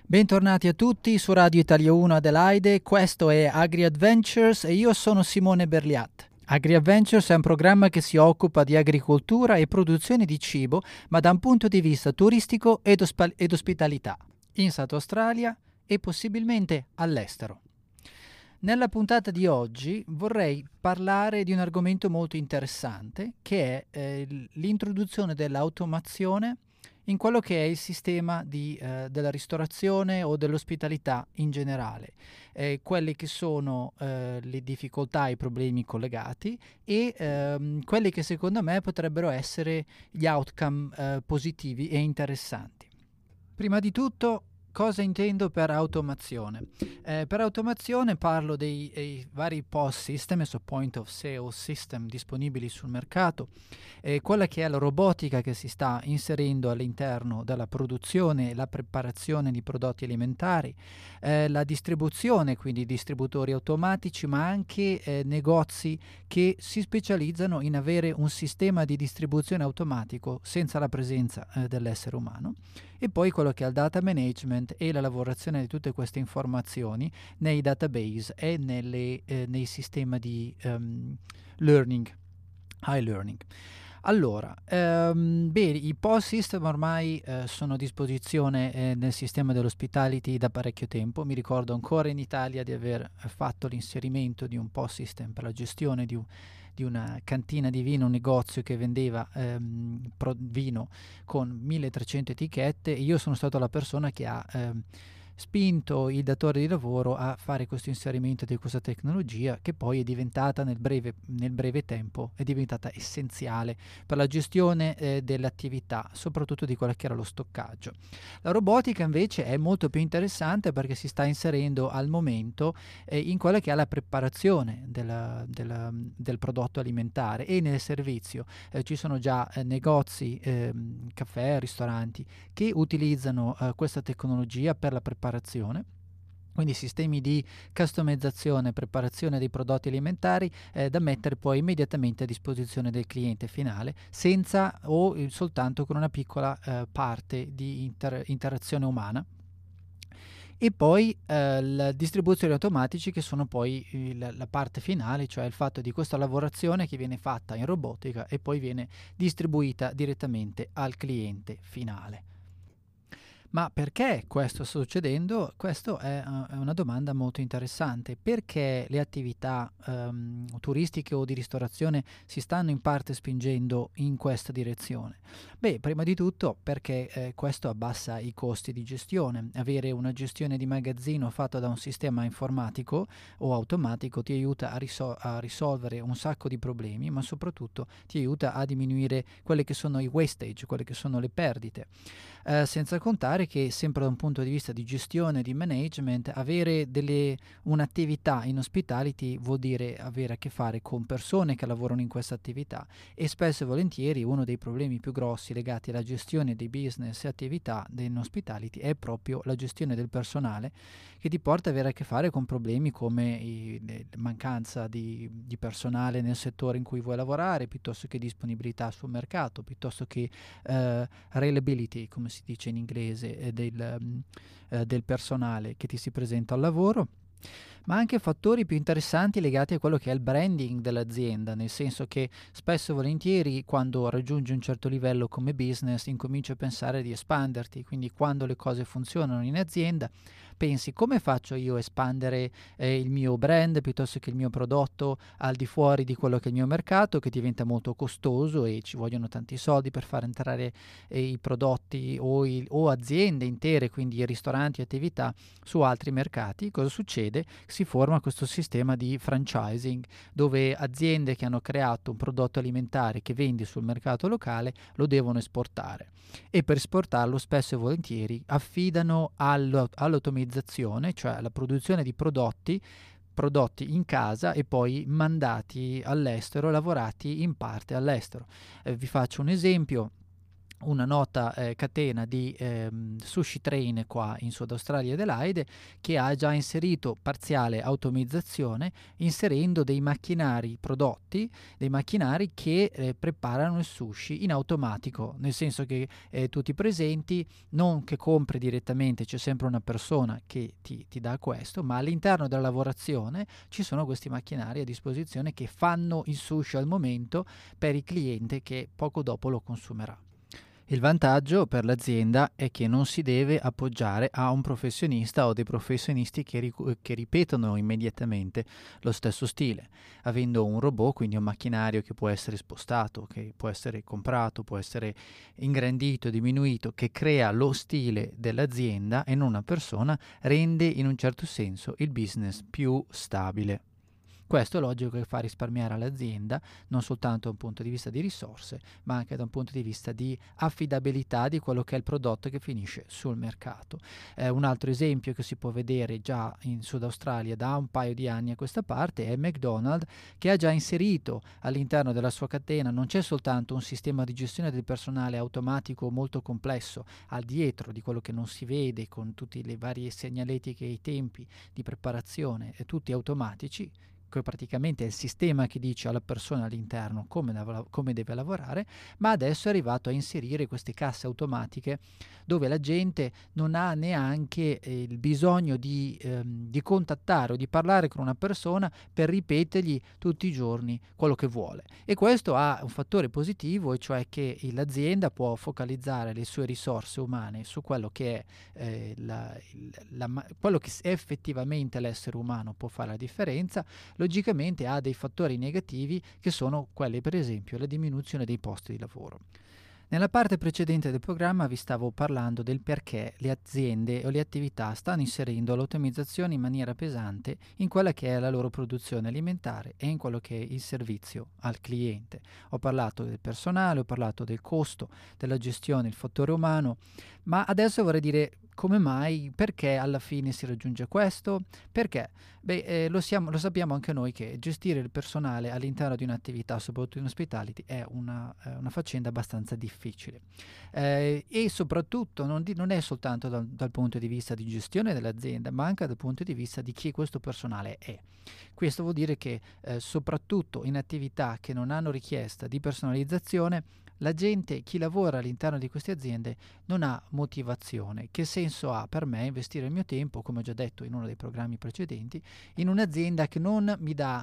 Bentornati a tutti su Radio Italia 1 Adelaide, questo è Agri Adventures e io sono Simone Berliat. Agri Adventures è un programma che si occupa di agricoltura e produzione di cibo, ma da un punto di vista turistico ed ospitalità, in South Australia e possibilmente all'estero. Nella puntata di oggi vorrei parlare di un argomento molto interessante che è l'introduzione dell'automazione in quello che è il sistema della ristorazione o dell'ospitalità in generale, quelle che sono le difficoltà e i problemi collegati e quelli che secondo me potrebbero essere gli outcome positivi e interessanti. Prima di tutto, cosa intendo per automazione? Per automazione parlo dei vari POS system, so point of sale system disponibili sul mercato, quella che è la robotica che si sta inserendo all'interno della produzione e la preparazione di prodotti alimentari, la distribuzione, quindi distributori automatici, ma anche negozi che si specializzano in avere un sistema di distribuzione automatico senza la presenza dell'essere umano. E poi quello che è il data management e la lavorazione di tutte queste informazioni nei database e nei sistemi di learning, high learning. Allora, bene, i POS system ormai sono a disposizione nel sistema dell'hospitality da parecchio tempo. Mi ricordo ancora in Italia di aver fatto l'inserimento di un POS system per la gestione di una cantina di vino, un negozio che vendeva vino con 1300 etichette, e io sono stato la persona che ha spinto il datore di lavoro a fare questo inserimento di questa tecnologia, che poi è diventata nel breve tempo è diventata essenziale per la gestione dell'attività, soprattutto di quello che era lo stoccaggio. La robotica invece è molto più interessante perché si sta inserendo al momento in quella che è la preparazione del prodotto alimentare e nel servizio. Ci sono già negozi, caffè, ristoranti che utilizzano questa tecnologia per la preparazione, quindi sistemi di customizzazione e preparazione dei prodotti alimentari da mettere poi immediatamente a disposizione del cliente finale, senza o soltanto con una piccola parte di interazione umana. E poi le distribuzioni automatici, che sono poi la parte finale, cioè il fatto di questa lavorazione che viene fatta in robotica e poi viene distribuita direttamente al cliente finale. Ma perché questo sta succedendo? Questa è una domanda molto interessante. Perché le attività turistiche o di ristorazione si stanno in parte spingendo in questa direzione? Beh, prima di tutto perché questo abbassa i costi di gestione. Avere una gestione di magazzino fatta da un sistema informatico o automatico ti aiuta a risolvere un sacco di problemi, ma soprattutto ti aiuta a diminuire quelli che sono i wastage, quelle che sono le perdite. Senza contare che sempre da un punto di vista di gestione, di management, avere un'attività in hospitality vuol dire avere a che fare con persone che lavorano in questa attività, e spesso e volentieri uno dei problemi più grossi legati alla gestione dei business e attività in hospitality è proprio la gestione del personale, che ti porta ad avere a che fare con problemi come la mancanza di personale nel settore in cui vuoi lavorare, piuttosto che disponibilità sul mercato, piuttosto che reliability, come si dice in inglese, del personale che ti si presenta al lavoro, ma anche fattori più interessanti legati a quello che è il branding dell'azienda, nel senso che spesso e volentieri quando raggiungi un certo livello come business incominci a pensare di espanderti, quindi quando le cose funzionano in azienda pensi: come faccio io a espandere il mio brand piuttosto che il mio prodotto al di fuori di quello che è il mio mercato, che diventa molto costoso e ci vogliono tanti soldi per far entrare i prodotti o aziende intere, quindi ristoranti e attività, su altri mercati. Cosa succede? Si forma questo sistema di franchising, dove aziende che hanno creato un prodotto alimentare che vendi sul mercato locale lo devono esportare, e per esportarlo spesso e volentieri affidano all'automatizzazione, cioè alla produzione di prodotti in casa e poi mandati all'estero, lavorati in parte all'estero. Vi faccio un esempio. una nota catena di sushi train qua in Sud Australia e Adelaide, che ha già inserito parziale automizzazione, inserendo dei macchinari prodotti, dei macchinari che preparano il sushi in automatico, nel senso che tu ti presenti, non che compri direttamente, c'è sempre una persona che ti dà questo, ma all'interno della lavorazione ci sono questi macchinari a disposizione che fanno il sushi al momento per il cliente che poco dopo lo consumerà. Il vantaggio per l'azienda è che non si deve appoggiare a un professionista o dei professionisti che ripetono immediatamente lo stesso stile, avendo un robot, quindi un macchinario che può essere spostato, che può essere comprato, può essere ingrandito, diminuito, che crea lo stile dell'azienda e non una persona, rende in un certo senso il business più stabile. Questo è logico che fa risparmiare all'azienda non soltanto da un punto di vista di risorse, ma anche da un punto di vista di affidabilità di quello che è il prodotto che finisce sul mercato. Un altro esempio che si può vedere già in Sud Australia da un paio di anni a questa parte è McDonald's, che ha già inserito all'interno della sua catena, non c'è soltanto un sistema di gestione del personale automatico molto complesso al dietro di quello che non si vede, con tutte le varie segnaletiche e i tempi di preparazione, tutti automatici, che praticamente è il sistema che dice alla persona all'interno come deve lavorare, ma adesso è arrivato a inserire queste casse automatiche dove la gente non ha neanche il bisogno di contattare o di parlare con una persona per ripetergli tutti i giorni quello che vuole. E questo ha un fattore positivo, e cioè che l'azienda può focalizzare le sue risorse umane su quello che è quello che effettivamente l'essere umano può fare la differenza. Logicamente ha dei fattori negativi che sono quelli, per esempio, la diminuzione dei posti di lavoro. Nella parte precedente del programma vi stavo parlando del perché le aziende o le attività stanno inserendo l'ottimizzazione in maniera pesante in quella che è la loro produzione alimentare e in quello che è il servizio al cliente. Ho parlato del personale, ho parlato del costo, della gestione, il fattore umano, ma adesso vorrei dire come mai, perché alla fine si raggiunge questo? Perché? Lo sappiamo anche noi che gestire il personale all'interno di un'attività, soprattutto in hospitality, è una faccenda abbastanza difficile. E soprattutto non è soltanto dal punto di vista di gestione dell'azienda, ma anche dal punto di vista di chi questo personale è. Questo vuol dire che soprattutto in attività che non hanno richiesta di personalizzazione, la gente, chi lavora all'interno di queste aziende, non ha motivazione. Che senso ha per me investire il mio tempo, come ho già detto in uno dei programmi precedenti, in un'azienda che non mi dà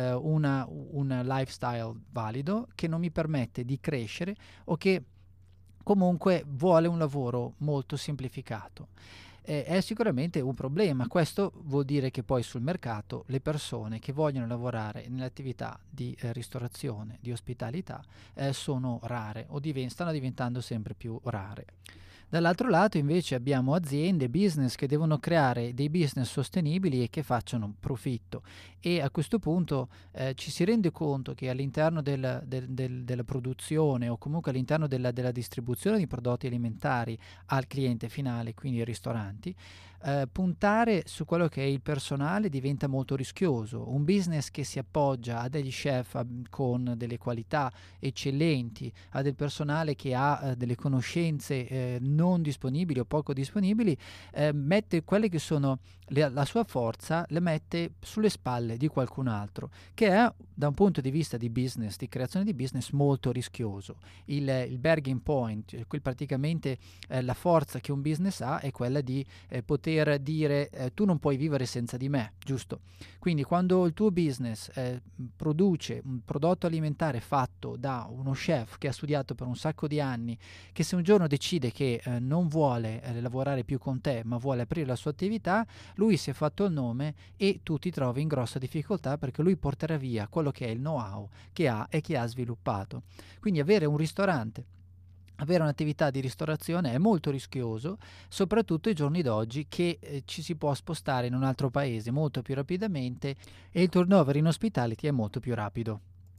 un lifestyle valido, che non mi permette di crescere o che comunque vuole un lavoro molto semplificato? È sicuramente un problema. Questo vuol dire che poi sul mercato le persone che vogliono lavorare nell'attività di ristorazione, di ospitalità, sono rare o stanno diventando sempre più rare. Dall'altro lato invece abbiamo aziende, business che devono creare dei business sostenibili e che facciano profitto, e a questo punto ci si rende conto che all'interno della produzione o comunque all'interno della distribuzione di prodotti alimentari al cliente finale, quindi ai ristoranti, puntare su quello che è il personale diventa molto rischioso. Un business che si appoggia a degli chef con delle qualità eccellenti, a del personale che ha delle conoscenze non disponibili o poco disponibili, mette quelle che sono la sua forza, le mette sulle spalle di qualcun altro, che è da un punto di vista di business, di creazione di business, molto rischioso. Il bargaining point, praticamente la forza che un business ha è quella di poter dire tu non puoi vivere senza di me, giusto? Quindi quando il tuo business produce un prodotto alimentare fatto da uno chef che ha studiato per un sacco di anni, che se un giorno decide che non vuole lavorare più con te ma vuole aprire la sua attività, lui si è fatto il nome e tu ti trovi in grossa difficoltà, perché lui porterà via quello che è il know-how che ha e che ha sviluppato. Quindi avere un ristorante, avere un'attività di ristorazione è molto rischioso, soprattutto ai giorni d'oggi che ci si può spostare in un altro paese molto più rapidamente e il turnover in hospitality è molto più rapido.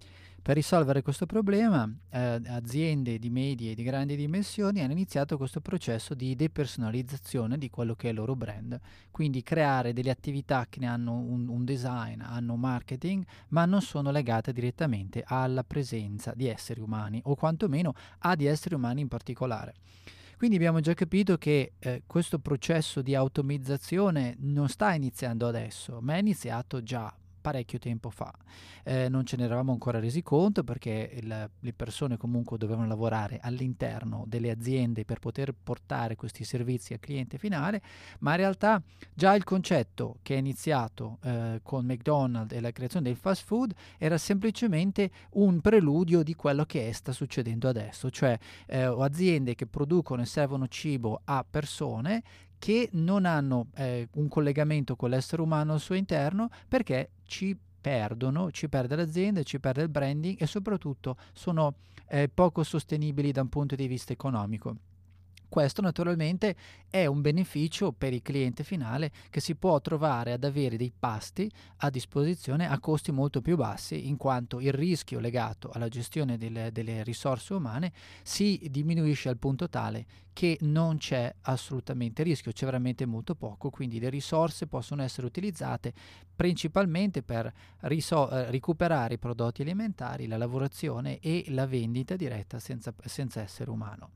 Per risolvere questo problema, aziende di medie e di grandi dimensioni hanno iniziato questo processo di depersonalizzazione di quello che è il loro brand, quindi creare delle attività che ne hanno un design, hanno marketing, ma non sono legate direttamente alla presenza di esseri umani o quantomeno a di esseri umani in particolare. Quindi abbiamo già capito che questo processo di automizzazione non sta iniziando adesso, ma è iniziato già parecchio tempo fa. Non ce ne eravamo ancora resi conto perché le persone comunque dovevano lavorare all'interno delle aziende per poter portare questi servizi al cliente finale, ma in realtà già il concetto che è iniziato con McDonald's e la creazione del fast food era semplicemente un preludio di quello che sta succedendo adesso, cioè aziende che producono e servono cibo a persone che non hanno un collegamento con l'essere umano al suo interno perché ci perde l'azienda, ci perde il branding e soprattutto sono poco sostenibili da un punto di vista economico. Questo naturalmente è un beneficio per il cliente finale che si può trovare ad avere dei pasti a disposizione a costi molto più bassi, in quanto il rischio legato alla gestione delle risorse umane si diminuisce al punto tale che non c'è assolutamente rischio, c'è veramente molto poco, quindi le risorse possono essere utilizzate principalmente per recuperare i prodotti alimentari, la lavorazione e la vendita diretta senza essere umano.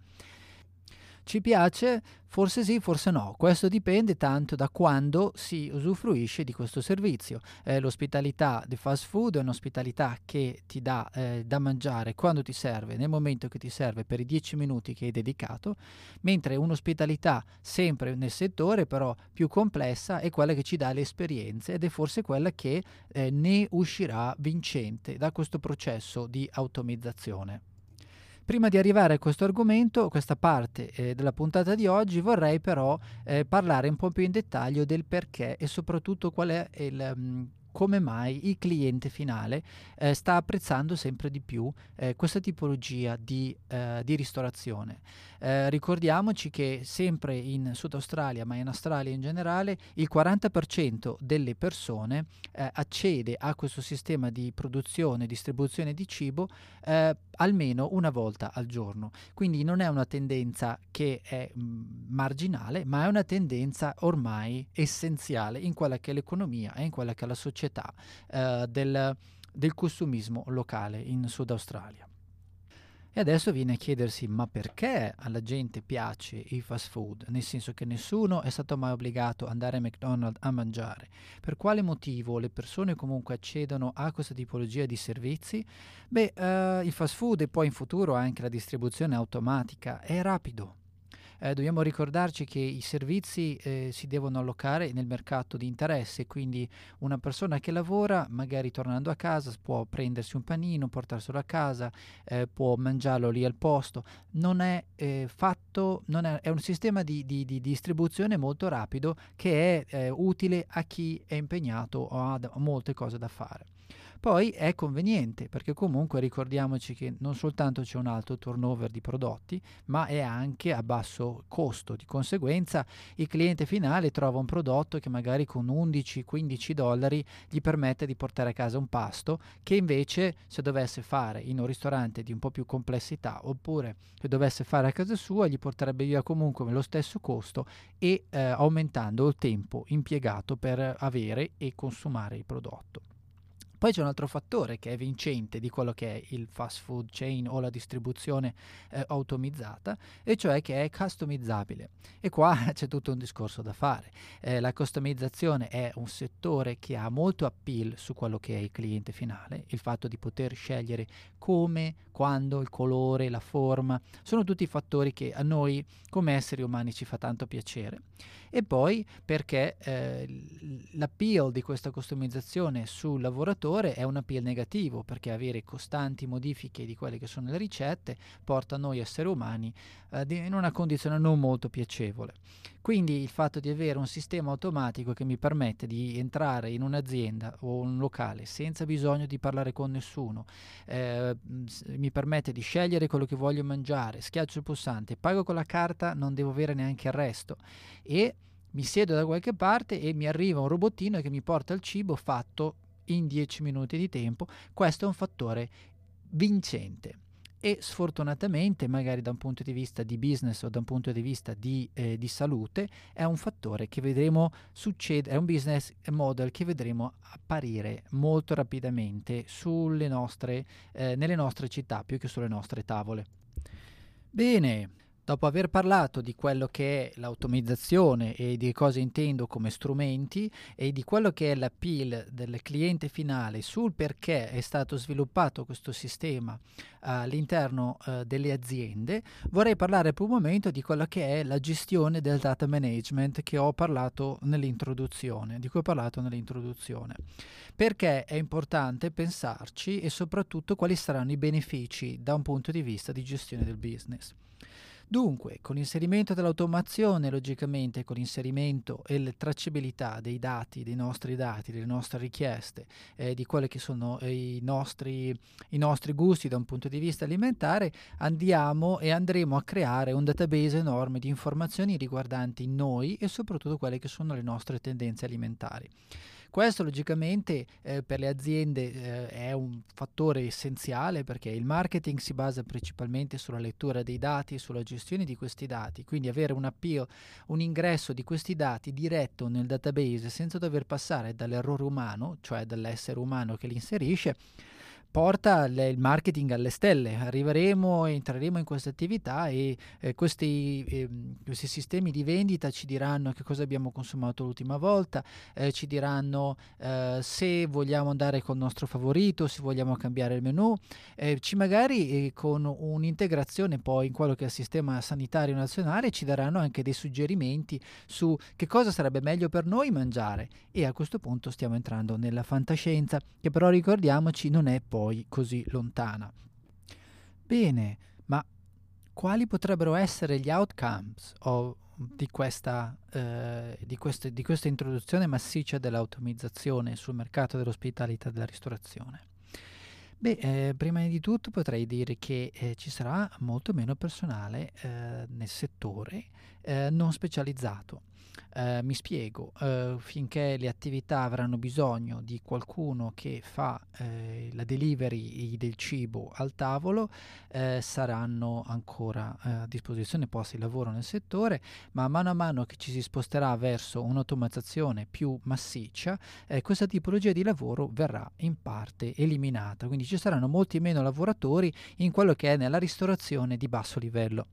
Ci piace? Forse sì, forse no. Questo dipende tanto da quando si usufruisce di questo servizio. L'ospitalità di fast food è un'ospitalità che ti dà da mangiare quando ti serve, nel momento che ti serve, per i 10 minuti che hai dedicato, mentre un'ospitalità sempre nel settore però più complessa è quella che ci dà le esperienze ed è forse quella che ne uscirà vincente da questo processo di automizzazione. Prima di arrivare a questo argomento, questa parte della puntata di oggi, vorrei però parlare un po' più in dettaglio del perché e soprattutto qual è come mai il cliente finale sta apprezzando sempre di più questa tipologia di ristorazione. Ricordiamoci che sempre in Sud Australia, ma in Australia in generale, il 40% delle persone accede a questo sistema di produzione e distribuzione di cibo almeno una volta al giorno. Quindi non è una tendenza che è marginale, ma è una tendenza ormai essenziale in quella che è l'economia e in quella che è la società del consumismo locale in Sud Australia. E adesso viene a chiedersi: ma perché alla gente piace il fast food? Nel senso che nessuno è stato mai obbligato ad andare a McDonald's a mangiare. Per quale motivo le persone comunque accedono a questa tipologia di servizi? Beh, il fast food e poi in futuro anche la distribuzione automatica è rapido. Dobbiamo ricordarci che i servizi si devono allocare nel mercato di interesse, quindi una persona che lavora, magari tornando a casa, può prendersi un panino, portarselo a casa, può mangiarlo lì al posto. Non è è un sistema di distribuzione molto rapido che è utile a chi è impegnato o ha molte cose da fare. Poi è conveniente perché comunque ricordiamoci che non soltanto c'è un alto turnover di prodotti, ma è anche a basso costo. Di conseguenza il cliente finale trova un prodotto che magari con 11-15 dollari gli permette di portare a casa un pasto che invece se dovesse fare in un ristorante di un po' più complessità oppure che dovesse fare a casa sua gli porterebbe via comunque lo stesso costo e aumentando il tempo impiegato per avere e consumare il prodotto. Poi c'è un altro fattore che è vincente di quello che è il fast food chain o la distribuzione automizzata, e cioè che è customizzabile. E qua c'è tutto un discorso da fare. La customizzazione è un settore che ha molto appeal su quello che è il cliente finale, il fatto di poter scegliere come, quando, il colore, la forma, sono tutti fattori che a noi come esseri umani ci fa tanto piacere. E poi perché l'appeal di questa customizzazione sul lavoratore è un appeal negativo, perché avere costanti modifiche di quelle che sono le ricette porta noi esseri umani in una condizione non molto piacevole. Quindi il fatto di avere un sistema automatico che mi permette di entrare in un'azienda o un locale senza bisogno di parlare con nessuno, mi permette di scegliere quello che voglio mangiare, schiaccio il pulsante, pago con la carta, non devo avere neanche il resto e mi siedo da qualche parte e mi arriva un robottino che mi porta il cibo fatto in 10 minuti di tempo. Questo è un fattore vincente. E sfortunatamente, magari da un punto di vista di business o da un punto di vista di salute, è un fattore che vedremo succedere, è un business model che vedremo apparire molto rapidamente nelle nostre città, più che sulle nostre tavole. Bene, dopo aver parlato di quello che è l'automatizzazione e di cosa intendo come strumenti e di quello che è l'appeal del cliente finale sul perché è stato sviluppato questo sistema all'interno delle aziende, vorrei parlare per un momento di quello che è la gestione del data management di cui ho parlato nell'introduzione. Perché è importante pensarci e soprattutto quali saranno i benefici da un punto di vista di gestione del business. Dunque, con l'inserimento dell'automazione, logicamente, con l'inserimento e la tracciabilità dei dati, delle nostre richieste, di quelli che sono i nostri gusti da un punto di vista alimentare, andremo a creare un database enorme di informazioni riguardanti noi e soprattutto quelle che sono le nostre tendenze alimentari. Questo logicamente per le aziende è un fattore essenziale, perché il marketing si basa principalmente sulla lettura dei dati e sulla gestione di questi dati, quindi avere un ingresso di questi dati diretto nel database senza dover passare dall'errore umano, cioè dall'essere umano che li inserisce, porta il marketing alle stelle. Entreremo in questa attività e questi sistemi di vendita ci diranno che cosa abbiamo consumato l'ultima volta, ci diranno se vogliamo andare col nostro favorito, se vogliamo cambiare il menù, magari con un'integrazione poi in quello che è il sistema sanitario nazionale ci daranno anche dei suggerimenti su che cosa sarebbe meglio per noi mangiare, e a questo punto stiamo entrando nella fantascienza, che però ricordiamoci non è poi così lontana. Bene, ma quali potrebbero essere gli outcomes di questa introduzione massiccia dell'automatizzazione sul mercato dell'ospitalità e della ristorazione? Prima di tutto potrei dire che ci sarà molto meno personale nel settore non specializzato. Mi spiego, finché le attività avranno bisogno di qualcuno che fa la delivery del cibo al tavolo, saranno ancora a disposizione posti di lavoro nel settore, ma mano a mano che ci si sposterà verso un'automatizzazione più massiccia, questa tipologia di lavoro verrà in parte eliminata, quindi ci saranno molti meno lavoratori in quello che è nella ristorazione di basso livello.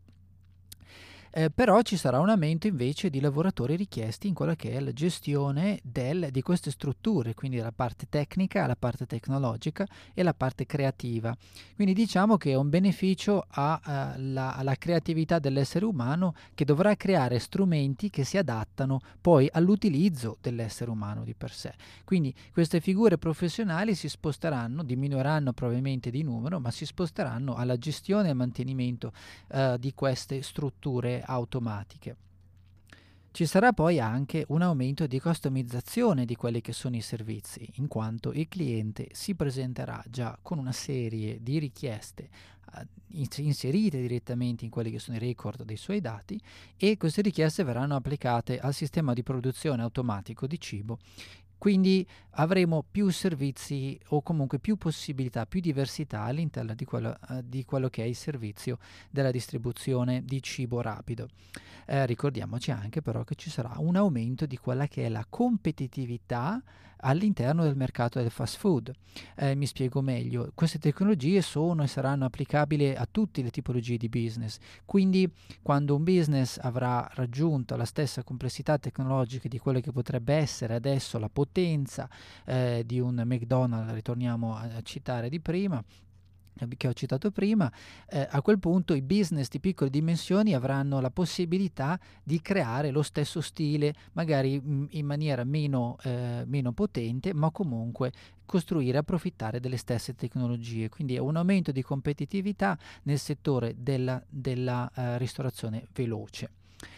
Però ci sarà un aumento invece di lavoratori richiesti in quella che è la gestione di queste strutture, quindi la parte tecnica, la parte tecnologica e la parte creativa. Quindi diciamo che è un beneficio alla creatività dell'essere umano, che dovrà creare strumenti che si adattano poi all'utilizzo dell'essere umano di per sé. Quindi queste figure professionali si sposteranno, diminuiranno probabilmente di numero, ma si sposteranno alla gestione e mantenimento di queste strutture automatiche. Ci sarà poi anche un aumento di customizzazione di quelli che sono i servizi, in quanto il cliente si presenterà già con una serie di richieste inserite direttamente in quelli che sono i record dei suoi dati, e queste richieste verranno applicate al sistema di produzione automatico di cibo. Quindi avremo più servizi, o comunque più possibilità, più diversità all'interno di quello che è il servizio della distribuzione di cibo rapido. Ricordiamoci anche però che ci sarà un aumento di quella che è la competitività all'interno del mercato del fast food. Mi spiego meglio: queste tecnologie sono e saranno applicabili a tutte le tipologie di business, quindi quando un business avrà raggiunto la stessa complessità tecnologica di quello che potrebbe essere adesso la potenza di un McDonald's, ritorniamo a citare di prima, che ho citato prima, a quel punto i business di piccole dimensioni avranno la possibilità di creare lo stesso stile, magari in maniera meno potente, ma comunque costruire e approfittare delle stesse tecnologie. Quindi è un aumento di competitività nel settore della ristorazione veloce.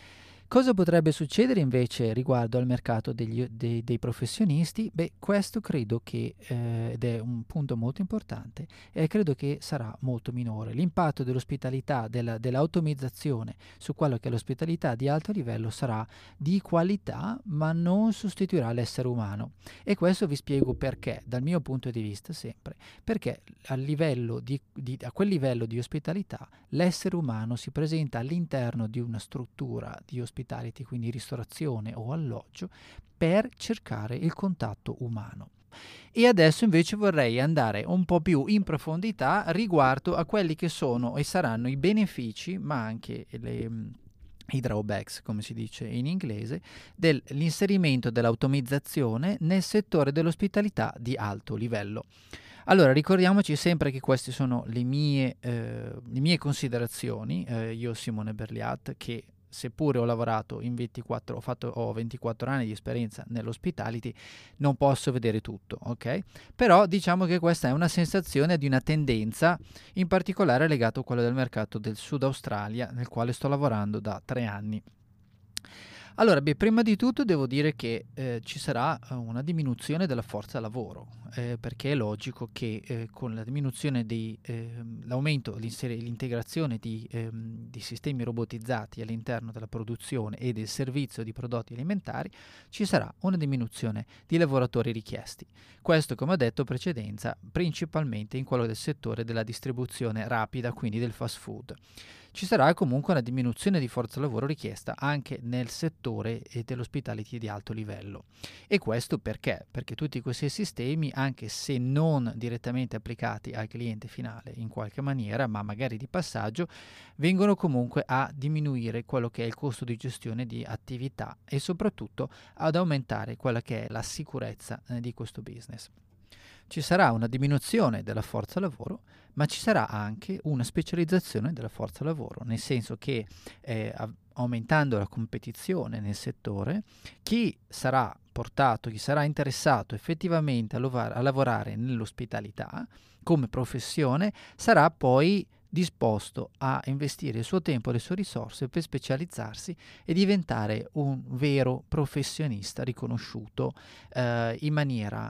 Cosa potrebbe succedere invece riguardo al mercato dei professionisti? Beh, questo credo che, ed è un punto molto importante, credo che sarà molto minore. L'impatto dell'ospitalità, dell'automizzazione su quello che è l'ospitalità di alto livello sarà di qualità, ma non sostituirà l'essere umano. E questo vi spiego perché, dal mio punto di vista sempre, perché a quel livello di ospitalità l'essere umano si presenta all'interno di una struttura di hospitality, quindi ristorazione o alloggio, per cercare il contatto umano. E adesso invece vorrei andare un po' più in profondità riguardo a quelli che sono e saranno i benefici, ma anche i drawbacks, come si dice in inglese, dell'inserimento dell'automizzazione nel settore dell'ospitalità di alto livello. Allora, ricordiamoci sempre che queste sono le mie considerazioni. Io, Simone Berliat, che seppure ho lavorato ho 24 anni di esperienza nell'hospitality, non posso vedere tutto, ok? Però diciamo che questa è una sensazione di una tendenza, in particolare legato a quello del mercato del Sud Australia, nel quale sto lavorando da 3 anni. Allora, prima di tutto devo dire che ci sarà una diminuzione della forza lavoro, perché è logico che con la diminuzione l'aumento, l'integrazione di sistemi robotizzati all'interno della produzione e del servizio di prodotti alimentari, ci sarà una diminuzione di lavoratori richiesti. Questo, come ho detto in precedenza, principalmente in quello del settore della distribuzione rapida, quindi del fast food. Ci sarà comunque una diminuzione di forza lavoro richiesta anche nel settore dell'hospitality di alto livello. E questo perché? Perché tutti questi sistemi, anche se non direttamente applicati al cliente finale in qualche maniera, ma magari di passaggio, vengono comunque a diminuire quello che è il costo di gestione di attività e soprattutto ad aumentare quella che è la sicurezza di questo business. Ci sarà una diminuzione della forza lavoro, ma ci sarà anche una specializzazione della forza lavoro, nel senso che aumentando la competizione nel settore, chi sarà portato, chi sarà interessato effettivamente a lavorare nell'ospitalità come professione, sarà poi disposto a investire il suo tempo e le sue risorse per specializzarsi e diventare un vero professionista riconosciuto in maniera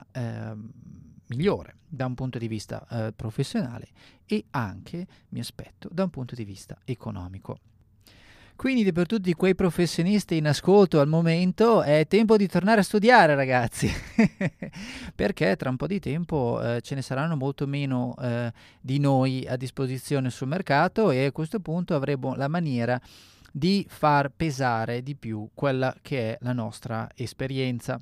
migliore da un punto di vista professionale e anche, mi aspetto, da un punto di vista economico. Quindi per tutti quei professionisti in ascolto al momento è tempo di tornare a studiare, ragazzi, perché tra un po' di tempo ce ne saranno molto meno di noi a disposizione sul mercato e a questo punto avremo la maniera di far pesare di più quella che è la nostra esperienza.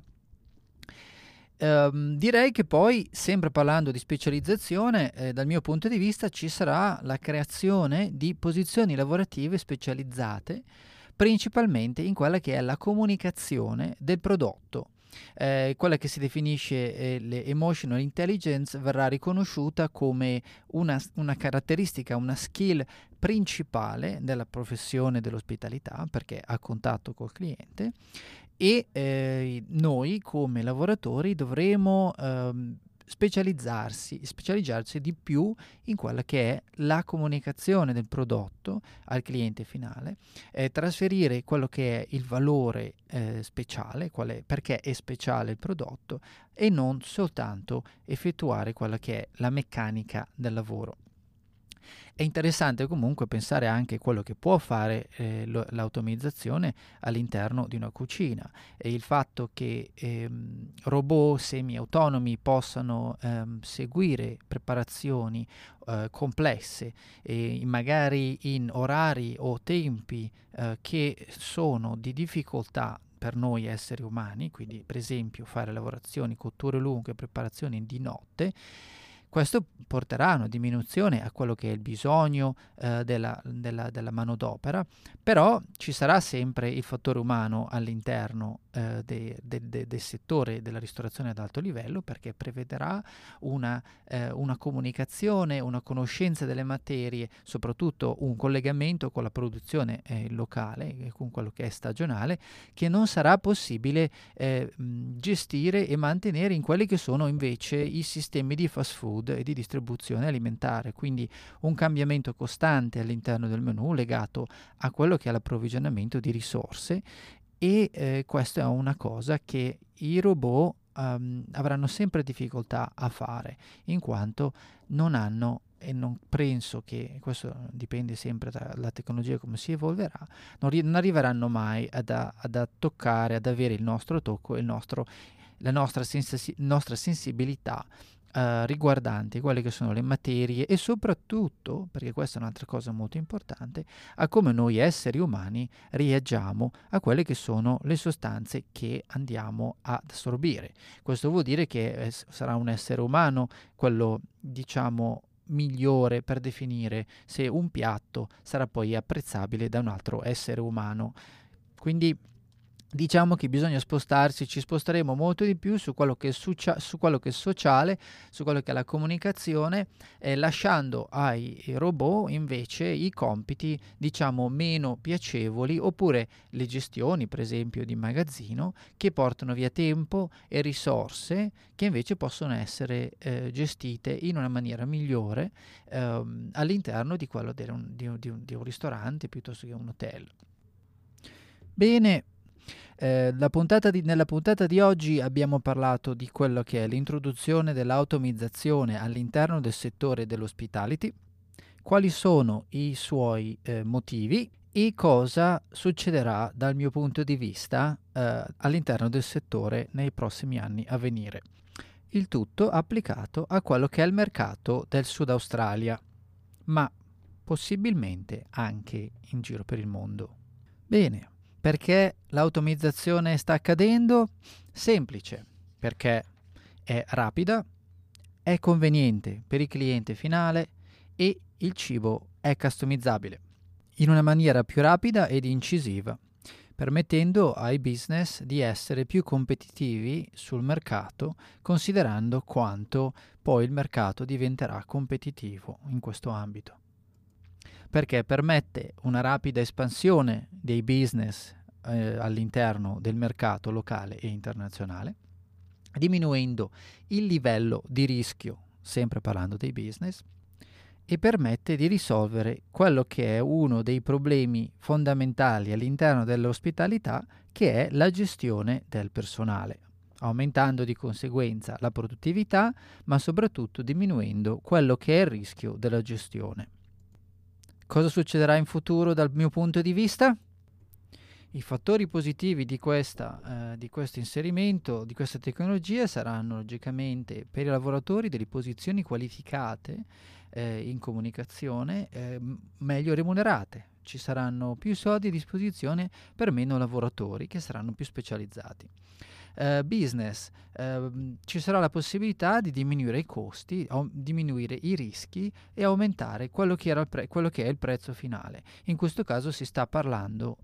Direi che poi, sempre parlando di specializzazione, dal mio punto di vista ci sarà la creazione di posizioni lavorative specializzate, principalmente in quella che è la comunicazione del prodotto. Quella che si definisce le emotional intelligence verrà riconosciuta come una caratteristica, una skill principale della professione dell'ospitalità, perché ha contatto col cliente, e noi come lavoratori dovremo specializzarsi di più in quella che è la comunicazione del prodotto al cliente finale, trasferire quello che è il valore speciale, perché è speciale il prodotto, e non soltanto effettuare quella che è la meccanica del lavoro. È interessante comunque pensare anche a quello che può fare l'automizzazione all'interno di una cucina e il fatto che robot semi-autonomi possano seguire preparazioni complesse e magari in orari o tempi che sono di difficoltà per noi esseri umani, quindi per esempio fare lavorazioni, cotture lunghe, preparazioni di notte. Questo porterà a una diminuzione a quello che è il bisogno della manodopera, però ci sarà sempre il fattore umano all'interno del settore della ristorazione ad alto livello, perché prevederà una comunicazione, una conoscenza delle materie, soprattutto un collegamento con la produzione locale, con quello che è stagionale, che non sarà possibile gestire e mantenere in quelli che sono invece i sistemi di fast food food e di distribuzione alimentare, quindi un cambiamento costante all'interno del menu legato a quello che è l'approvvigionamento di risorse e questa è una cosa che i robot avranno sempre difficoltà a fare, in quanto non hanno, e non penso, che questo dipende sempre dalla tecnologia come si evolverà, non arriveranno mai ad toccare, ad avere il nostro tocco e la nostra sensibilità riguardanti quelle che sono le materie e soprattutto, perché questa è un'altra cosa molto importante, a come noi esseri umani reagiamo a quelle che sono le sostanze che andiamo ad assorbire. Questo vuol dire che sarà un essere umano quello, diciamo, migliore per definire se un piatto sarà poi apprezzabile da un altro essere umano. Quindi diciamo che bisogna spostarsi, ci sposteremo molto di più su quello che è, su quello che è sociale, su quello che è la comunicazione, lasciando ai robot invece i compiti, diciamo, meno piacevoli, oppure le gestioni, per esempio, di magazzino, che portano via tempo e risorse che invece possono essere gestite in una maniera migliore all'interno di quello di un ristorante piuttosto che un hotel. Bene. Nella puntata di oggi abbiamo parlato di quello che è l'introduzione dell'automatizzazione all'interno del settore dell'hospitality, quali sono i suoi motivi e cosa succederà dal mio punto di vista all'interno del settore nei prossimi anni a venire. Il tutto applicato a quello che è il mercato del Sud Australia, ma possibilmente anche in giro per il mondo. Bene. Perché l'automatizzazione sta accadendo? Semplice, perché è rapida, è conveniente per il cliente finale e il cibo è customizzabile in una maniera più rapida ed incisiva, permettendo ai business di essere più competitivi sul mercato, considerando quanto poi il mercato diventerà competitivo in questo ambito. Perché permette una rapida espansione dei business all'interno del mercato locale e internazionale, diminuendo il livello di rischio, sempre parlando dei business, e permette di risolvere quello che è uno dei problemi fondamentali all'interno dell'ospitalità, che è la gestione del personale, aumentando di conseguenza la produttività, ma soprattutto diminuendo quello che è il rischio della gestione. Cosa succederà in futuro dal mio punto di vista? I fattori positivi di questo inserimento, di questa tecnologia, saranno logicamente per i lavoratori delle posizioni qualificate in comunicazione meglio remunerate. Ci saranno più soldi a disposizione per meno lavoratori che saranno più specializzati. Business, ci sarà la possibilità di diminuire i costi, diminuire i rischi e aumentare quello che è il prezzo finale. In questo caso si sta parlando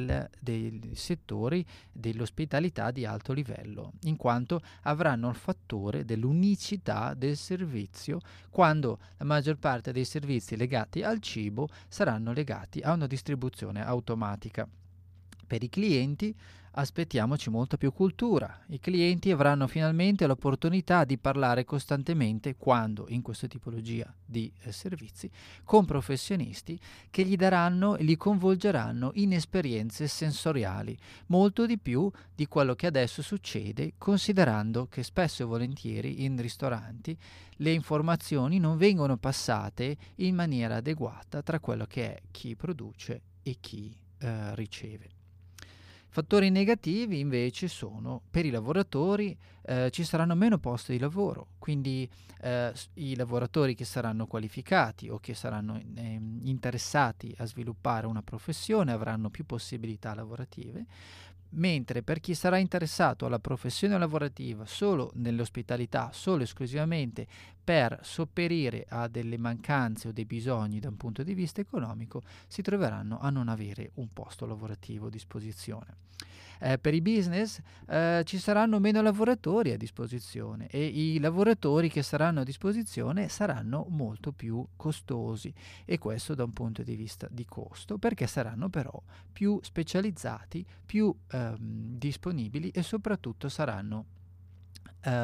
dei settori dell'ospitalità di alto livello, in quanto avranno il fattore dell'unicità del servizio, quando la maggior parte dei servizi legati al cibo saranno legati a una distribuzione automatica. Per i clienti aspettiamoci molta più cultura. I clienti avranno finalmente l'opportunità di parlare costantemente, quando in questa tipologia di servizi, con professionisti che gli daranno e li coinvolgeranno in esperienze sensoriali, molto di più di quello che adesso succede, considerando che spesso e volentieri in ristoranti le informazioni non vengono passate in maniera adeguata tra quello che è chi produce e chi riceve. Fattori negativi invece sono per i lavoratori, ci saranno meno posti di lavoro, quindi i lavoratori che saranno qualificati o che saranno interessati a sviluppare una professione avranno più possibilità lavorative, mentre per chi sarà interessato alla professione lavorativa solo nell'ospitalità, solo esclusivamente per sopperire a delle mancanze o dei bisogni da un punto di vista economico, si troveranno a non avere un posto lavorativo a disposizione. Per i business ci saranno meno lavoratori a disposizione e i lavoratori che saranno a disposizione saranno molto più costosi, e questo da un punto di vista di costo, perché saranno però più specializzati, più disponibili e soprattutto saranno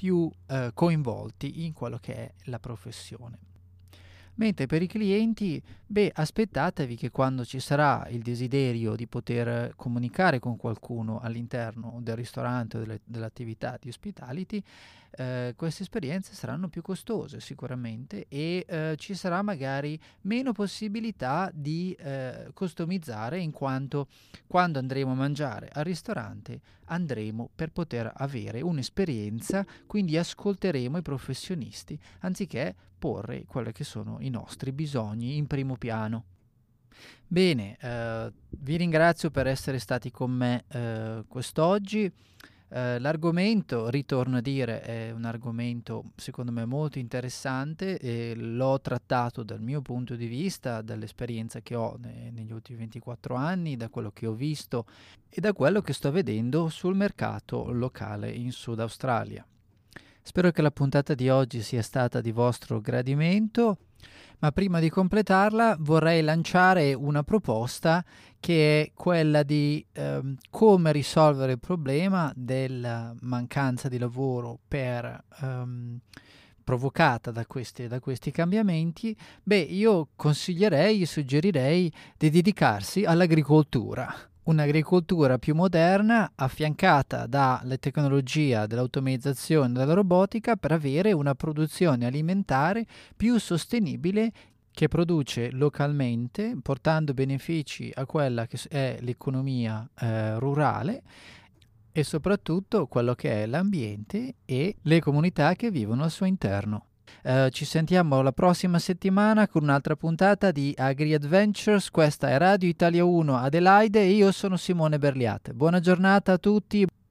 più coinvolti in quello che è la professione. Mentre per i clienti, aspettatevi che quando ci sarà il desiderio di poter comunicare con qualcuno all'interno del ristorante o dell'attività di hospitality, queste esperienze saranno più costose sicuramente e ci sarà magari meno possibilità di customizzare, in quanto quando andremo a mangiare al ristorante andremo per poter avere un'esperienza, quindi ascolteremo i professionisti anziché porre quelli che sono i nostri bisogni in primo piano. Bene, vi ringrazio per essere stati con me quest'oggi. L'argomento, ritorno a dire, è un argomento secondo me molto interessante e l'ho trattato dal mio punto di vista, dall'esperienza che ho negli ultimi 24 anni, da quello che ho visto e da quello che sto vedendo sul mercato locale in Sud Australia. Spero che la puntata di oggi sia stata di vostro gradimento, ma prima di completarla vorrei lanciare una proposta che è quella di come risolvere il problema della mancanza di lavoro provocata da questi cambiamenti. Io suggerirei di dedicarsi all'agricoltura. Un'agricoltura più moderna affiancata dalle tecnologie dell'automatizzazione e della robotica per avere una produzione alimentare più sostenibile che produce localmente, portando benefici a quella che è l'economia rurale e soprattutto quello che è l'ambiente e le comunità che vivono al suo interno. Ci sentiamo la prossima settimana con un'altra puntata di Agri Adventures. Questa è Radio Italia 1 Adelaide e io sono Simone Berliat. Buona giornata a tutti.